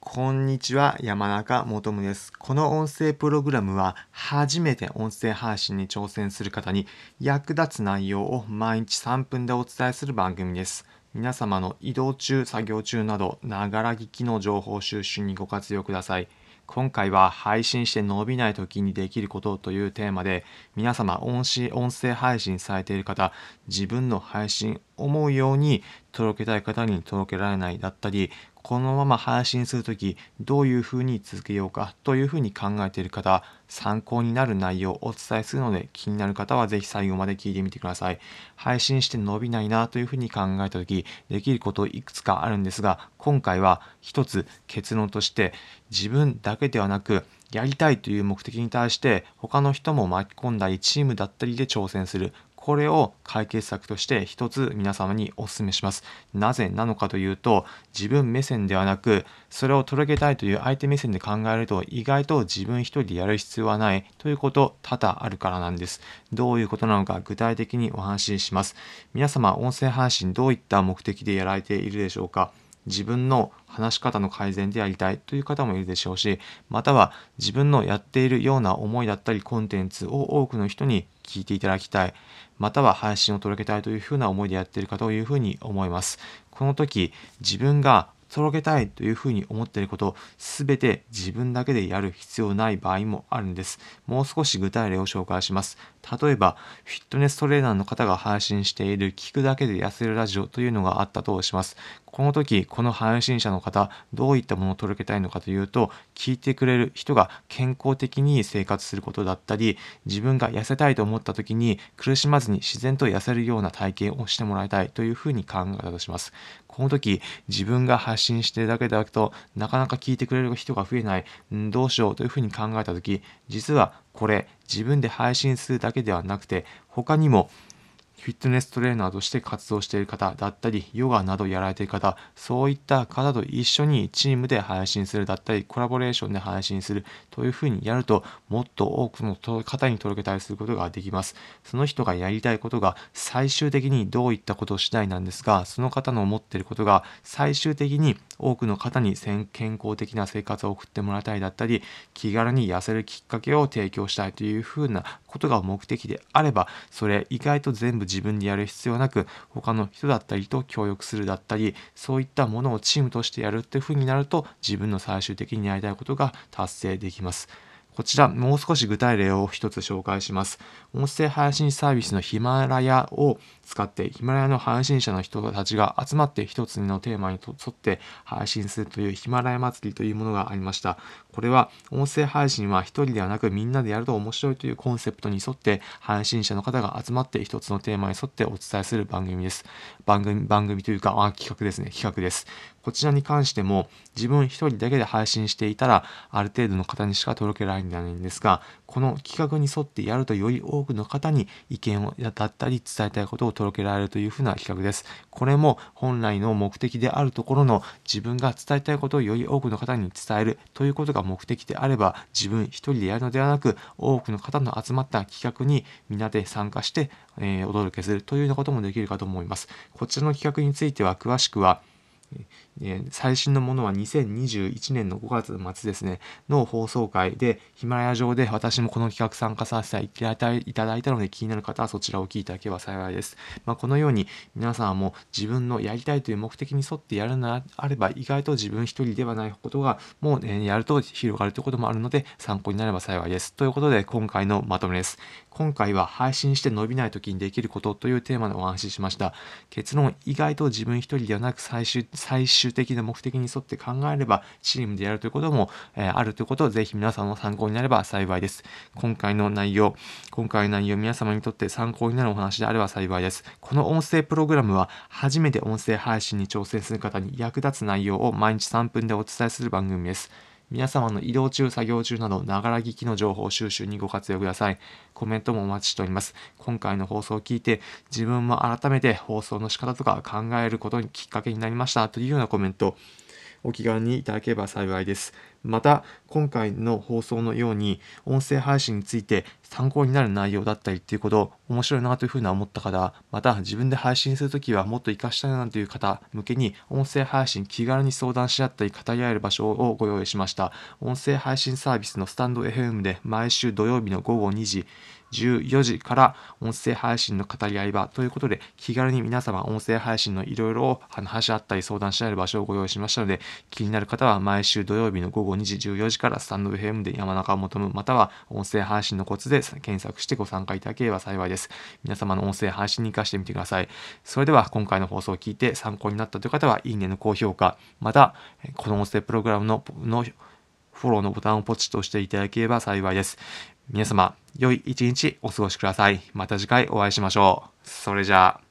こんにちは、山中もとむです。この音声プログラムは、初めて音声配信に挑戦する方に役立つ内容を毎日3分でお伝えする番組です。皆様の移動中、作業中など、ながら聞きの情報収集にご活用ください。今回は配信して伸びない時にできることというテーマで、皆様音声配信されている方、自分の配信思うように届けたい方に届けられないだったり、このまま配信するときどういうふうに続けようかというふうに考えている方、参考になる内容をお伝えするので、気になる方はぜひ最後まで聞いてみてください。配信して伸びないなというふうに考えたとき、できることいくつかあるんですが、今回は一つ結論として、自分だけではなく、やりたいという目的に対して他の人も巻き込んだりチームだったりで挑戦する。これを解決策として一つ皆様にお勧めします。なぜなのかというと、自分目線ではなく、それを届けたいという相手目線で考えると、意外と自分一人でやる必要はないということ多々あるからなんです。どういうことなのか具体的にお話しします。皆様、音声配信どういった目的でやられているでしょうか。自分の話し方の改善でやりたいという方もいるでしょうし、または自分のやっているような思いだったりコンテンツを多くの人に聞いていただきたい、または配信を届けたいというふうな思いでやっているかというふうに思います。この時、自分が届けたいというふうに思っていることを全て自分だけでやる必要ない場合もあるんです。もう少し具体例を紹介します。例えば、フィットネストレーナーの方が配信している聞くだけで痩せるラジオというのがあったとします。この時、この配信者の方、どういったものを届けたいのかというと、聞いてくれる人が健康的に生活することだったり、自分が痩せたいと思った時に苦しまずに自然と痩せるような体験をしてもらいたいというふうに考えたとします。この時、自分が発信しているだけだとなかなか聞いてくれる人が増えない、どうしようというふうに考えた時、実はこれ自分で配信するだけではなくて、他にもフィットネストレーナーとして活動している方だったり、ヨガなどやられている方、そういった方と一緒にチームで配信するだったり、コラボレーションで配信するというふうにやると、もっと多くの方に届けたりすることができます。その人がやりたいことが最終的にどういったことを次第なんですが、その方の思っていることが最終的に多くの方に健康的な生活を送ってもらいたいだったり、気軽に痩せるきっかけを提供したいというふうなことが目的であれば、それ意外と全部自分でやる必要なく、他の人だったりと協力するだったり、そういったものをチームとしてやるっていうふうになると、自分の最終的にやりたいことが達成できます。こちら、もう少し具体例を一つ紹介します。音声配信サービスのヒマラヤを使って、ヒマラヤの配信者の人たちが集まって一つのテーマに沿って配信するというヒマラヤ祭りというものがありました。これは音声配信は一人ではなくみんなでやると面白いというコンセプトに沿って配信者の方が集まって一つのテーマに沿ってお伝えする番組です。番組というか、企画ですね。企画です。こちらに関しても自分一人だけで配信していたらある程度の方にしか届けられないんですが、この企画に沿ってやるとより多くの方に意見をだったり伝えたいことを届けられるというふうな企画です。これも本来の目的であるところの自分が伝えたいことをより多くの方に伝えるということが目的であれば、自分一人でやるのではなく多くの方の集まった企画にみんなで参加して、お届けするというようなこともできるかと思います。こちらの企画については詳しくは最新のものは2021年の5月末ですね、の放送回で、ヒマラヤ上で私もこの企画参加させていただいたので、気になる方はそちらを聞いていただければ幸いです。このように皆さんも自分のやりたいという目的に沿ってやるのであれば、意外と自分一人ではないことがもう、やると広がるということもあるので、参考になれば幸いです。ということで、今回のまとめです。今回は配信して伸びない時にできることというテーマでお話ししました。結論、意外と自分一人ではなく最終的な目的に沿って考えればチームでやるということも、あるということをぜひ皆さんの参考になれば幸いです。今回の内容皆様にとって参考になるお話であれば幸いです。この音声プログラムは初めて音声配信に挑戦する方に役立つ内容を毎日3分でお伝えする番組です。皆様の移動中、作業中など、ながら聞きの情報収集にご活用ください。コメントもお待ちしております。今回の放送を聞いて、自分も改めて放送の仕方とか考えることにきっかけになりましたというようなコメント、お気軽にいただければ幸いです。 また、今回の放送のように、音声配信について参考になる内容だったりっていうことを面白いなというふうな思った方、また自分で配信するときはもっと活かしたいなという方向けに、音声配信気軽に相談し合ったり語り合える場所をご用意しました。音声配信サービスのスタンド FM で毎週土曜日の午後2時、14時から音声配信の語り合い場ということで、気軽に皆様音声配信のいろいろを話し合ったり相談し合える場所をご用意しましたので、気になる方は毎週土曜日の午後2時14時からスタンド FM で山中を求む、または音声配信のコツで検索してご参加いただければ幸いです。皆様の音声配信に活かしてみてください。それでは今回の放送を聞いて参考になったという方は、いいねの高評価、またこの音声プログラムのフォローのボタンをポチッと押していただければ幸いです。皆様、良い一日お過ごしください。また次回お会いしましょう。それじゃあ。